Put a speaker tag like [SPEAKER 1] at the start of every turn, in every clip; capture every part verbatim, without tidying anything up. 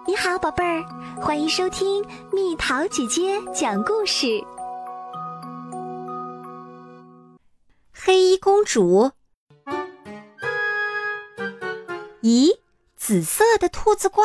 [SPEAKER 1] 你好，宝贝儿，欢迎收听蜜桃姐姐讲故事。
[SPEAKER 2] 黑衣公主。咦，紫色的兔子怪。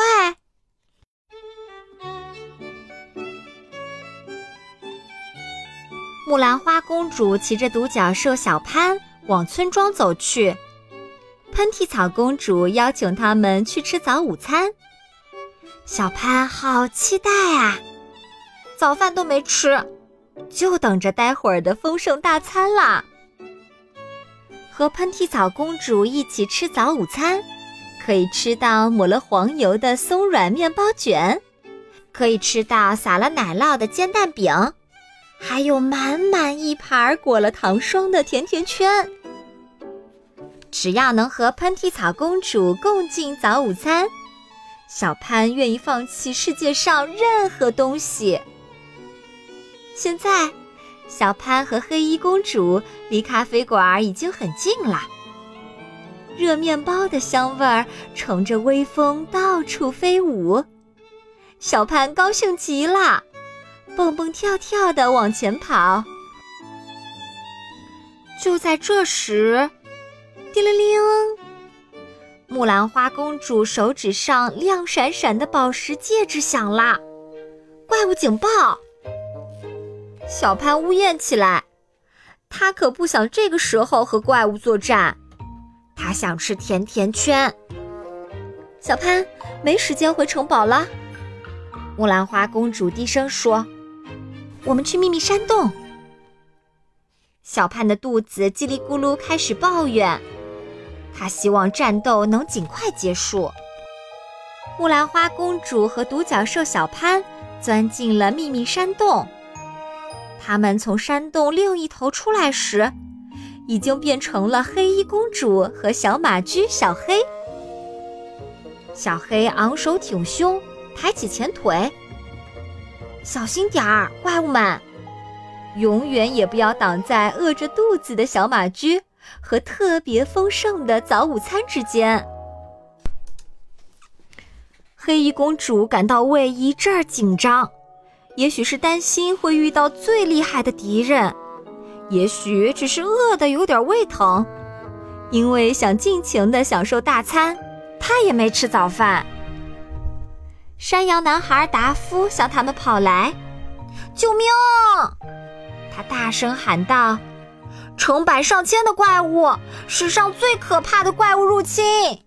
[SPEAKER 2] 木兰花公主骑着独角兽小潘往村庄走去，喷嚏草公主邀请他们去吃早午餐。小潘好期待啊，早饭都没吃，就等着待会儿的丰盛大餐啦。和喷嚏草公主一起吃早午餐，可以吃到抹了黄油的松软面包卷，可以吃到撒了奶酪的煎蛋饼，还有满满一盘裹了糖霜的甜甜圈。只要能和喷嚏草公主共进早午餐，小潘愿意放弃世界上任何东西。现在，小潘和黑衣公主离咖啡馆已经很近了。热面包的香味儿乘着微风到处飞舞，小潘高兴极了，蹦蹦跳跳地往前跑。就在这时，叮铃铃，木兰花公主手指上亮闪闪的宝石戒指响了，怪物警报！小潘呜咽起来，他可不想这个时候和怪物作战，他想吃甜甜圈。小潘，没时间回城堡了。木兰花公主低声说，我们去秘密山洞。小潘的肚子叽里咕噜开始抱怨，他希望战斗能尽快结束。木兰花公主和独角兽小潘钻进了秘密山洞。他们从山洞另一头出来时，已经变成了黑衣公主和小马驹小黑。小黑昂首挺胸，抬起前腿。小心点儿，怪物们！永远也不要挡在饿着肚子的小马驹和特别丰盛的早午餐之间。黑衣公主感到胃一阵儿紧张，也许是担心会遇到最厉害的敌人，也许只是饿得有点胃疼，因为想尽情地享受大餐，她也没吃早饭。山羊男孩达夫向他们跑来，救命！他大声喊道，成百上千的怪物，史上最可怕的怪物入侵！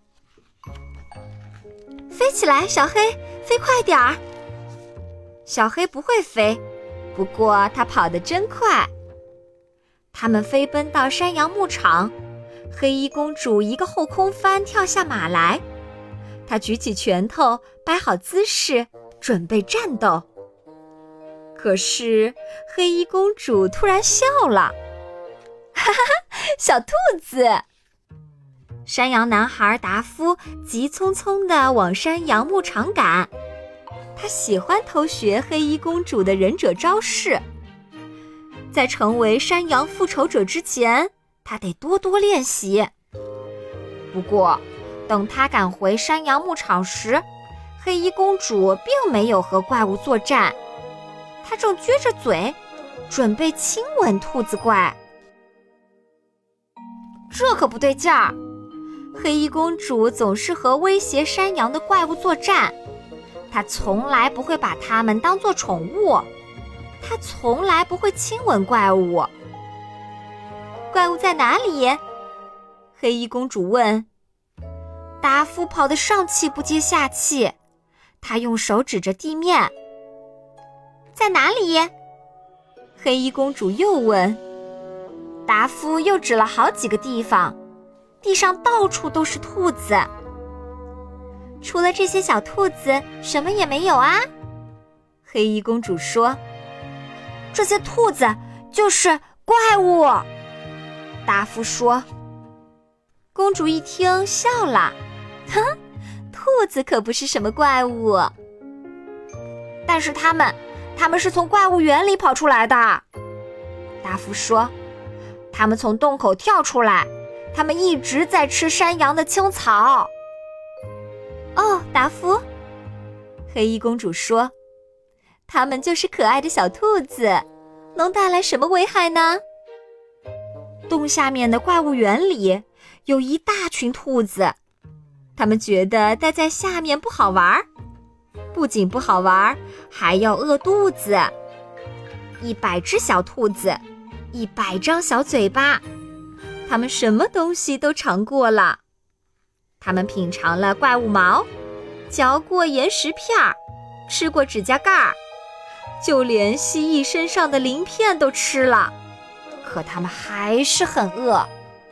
[SPEAKER 2] 飞起来，小黑，飞快点儿！小黑不会飞，不过它跑得真快。他们飞奔到山羊牧场，黑衣公主一个后空翻跳下马来，她举起拳头，摆好姿势，准备战斗。可是黑衣公主突然笑了，哈哈哈，小兔子！山羊男孩达夫急匆匆地往山羊牧场赶，他喜欢偷学黑衣公主的忍者招式。在成为山羊复仇者之前，他得多多练习。不过，等他赶回山羊牧场时，黑衣公主并没有和怪物作战，她正撅着嘴，准备亲吻兔子怪。这可不对劲儿！黑衣公主总是和威胁山羊的怪物作战，她从来不会把它们当作宠物，她从来不会亲吻怪物。怪物在哪里？黑衣公主问。达夫跑得上气不接下气，他用手指着地面。在哪里？黑衣公主又问。达夫又指了好几个地方，地上到处都是兔子。除了这些小兔子，什么也没有啊。黑衣公主说。这些兔子就是怪物，达夫说。公主一听笑了，哼，兔子可不是什么怪物。但是它们，它们是从怪物园里跑出来的，达夫说。它们从洞口跳出来，它们一直在吃山羊的青草。哦，达夫， 黑衣公主说：“它们就是可爱的小兔子，能带来什么危害呢？”洞下面的怪物园里有一大群兔子，他们觉得待在下面不好玩，不仅不好玩，还要饿肚子。一百只小兔子，一百张小嘴巴，它们什么东西都尝过了。它们品尝了怪物毛，嚼过岩石片儿，吃过指甲盖儿，就连蜥蜴身上的鳞片都吃了。可它们还是很饿。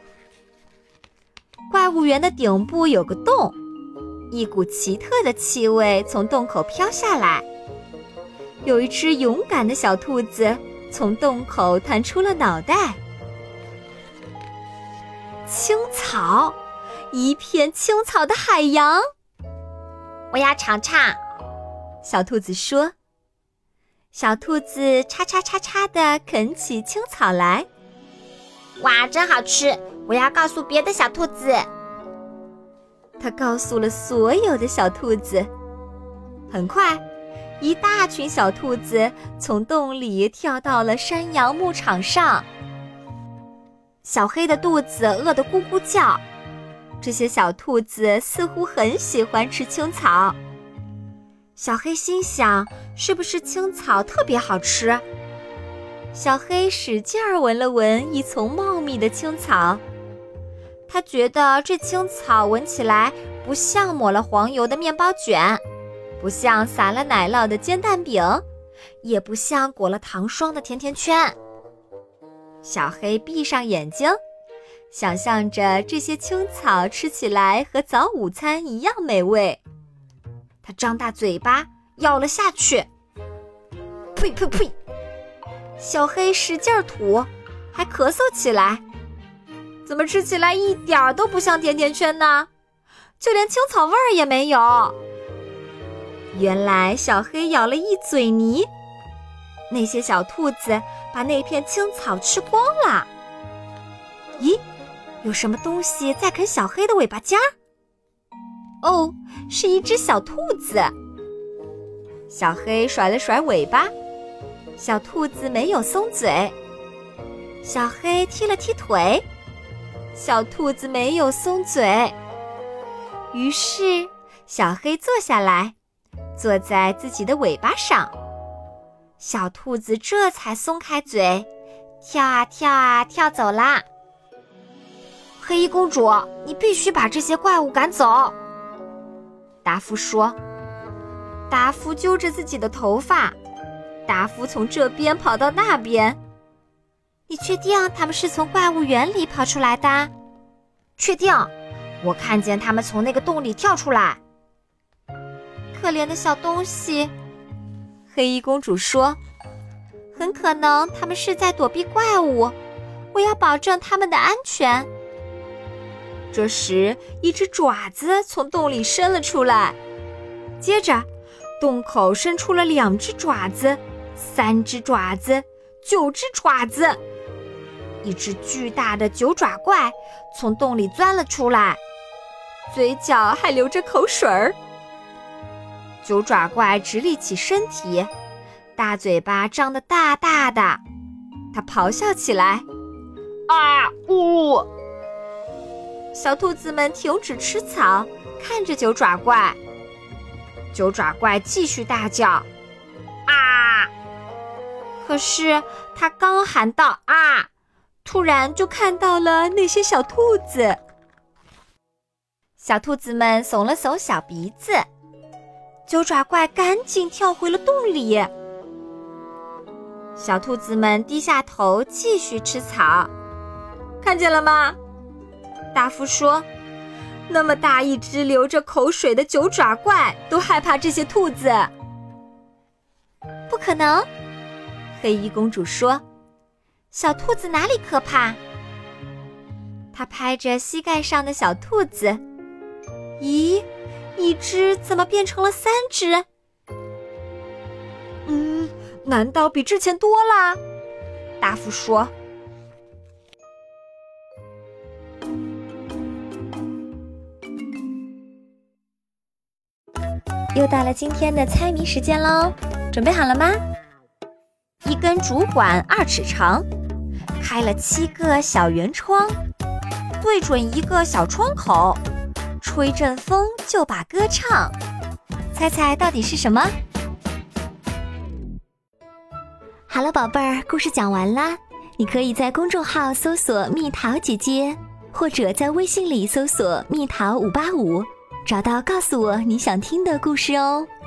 [SPEAKER 2] 怪物园的顶部有个洞，一股奇特的气味从洞口飘下来。有一只勇敢的小兔子从洞口探出了脑袋。青草，一片青草的海洋。我要尝尝，小兔子说。小兔子叉叉叉叉地啃起青草来。哇，真好吃！我要告诉别的小兔子。它告诉了所有的小兔子。很快，一大群小兔子从洞里跳到了山羊牧场上。小黑的肚子饿得咕咕叫，这些小兔子似乎很喜欢吃青草。小黑心想，是不是青草特别好吃？小黑使劲儿闻了闻一丛茂密的青草，他觉得这青草闻起来不像抹了黄油的面包卷，不像撒了奶酪的煎蛋饼，也不像裹了糖霜的甜甜圈。小黑闭上眼睛，想象着这些青草吃起来和早午餐一样美味。他张大嘴巴咬了下去，呸呸呸！小黑使劲吐，还咳嗽起来。怎么吃起来一点儿都不像甜甜圈呢？就连青草味儿也没有。原来小黑咬了一嘴泥，那些小兔子把那片青草吃光了。咦，有什么东西在啃小黑的尾巴尖儿？哦，是一只小兔子。小黑甩了甩尾巴，小兔子没有松嘴。小黑踢了踢腿，小兔子没有松嘴。于是小黑坐下来，坐在自己的尾巴上。小兔子这才松开嘴，跳啊跳啊跳走啦。黑衣公主，你必须把这些怪物赶走，达夫说。达夫揪着自己的头发，达夫从这边跑到那边。你确定他们是从怪物园里跑出来的？确定，我看见他们从那个洞里跳出来。可怜的小东西，黑衣公主说，很可能他们是在躲避怪物，我要保证他们的安全。这时，一只爪子从洞里伸了出来，接着洞口伸出了两只爪子，三只爪子，九只爪子。一只巨大的九爪怪从洞里钻了出来，嘴角还流着口水儿。九爪怪直立起身体，大嘴巴张得大大的，它咆哮起来：啊呜！小兔子们停止吃草，看着九爪怪。九爪怪继续大叫：啊！可是他刚喊到啊，突然就看到了那些小兔子。小兔子们耸了耸小鼻子，九爪怪赶紧跳回了洞里。小兔子们低下头继续吃草。看见了吗？达夫说，那么大一只流着口水的九爪怪都害怕这些兔子。不可能，黑衣公主说，小兔子哪里可怕？她拍着膝盖上的小兔子，咦，一只怎么变成了三只？嗯，难道比之前多啦？达夫说。
[SPEAKER 1] 又到了今天的猜谜时间喽，准备好了吗？
[SPEAKER 2] 一根竹管二尺长，开了七个小圆窗，对准一个小窗口，吹阵风就把歌唱。猜猜到底是什么？
[SPEAKER 1] 好了，宝贝儿，故事讲完啦。你可以在公众号搜索蜜桃姐姐，或者在微信里搜索蜜桃五八五，找到告诉我你想听的故事哦。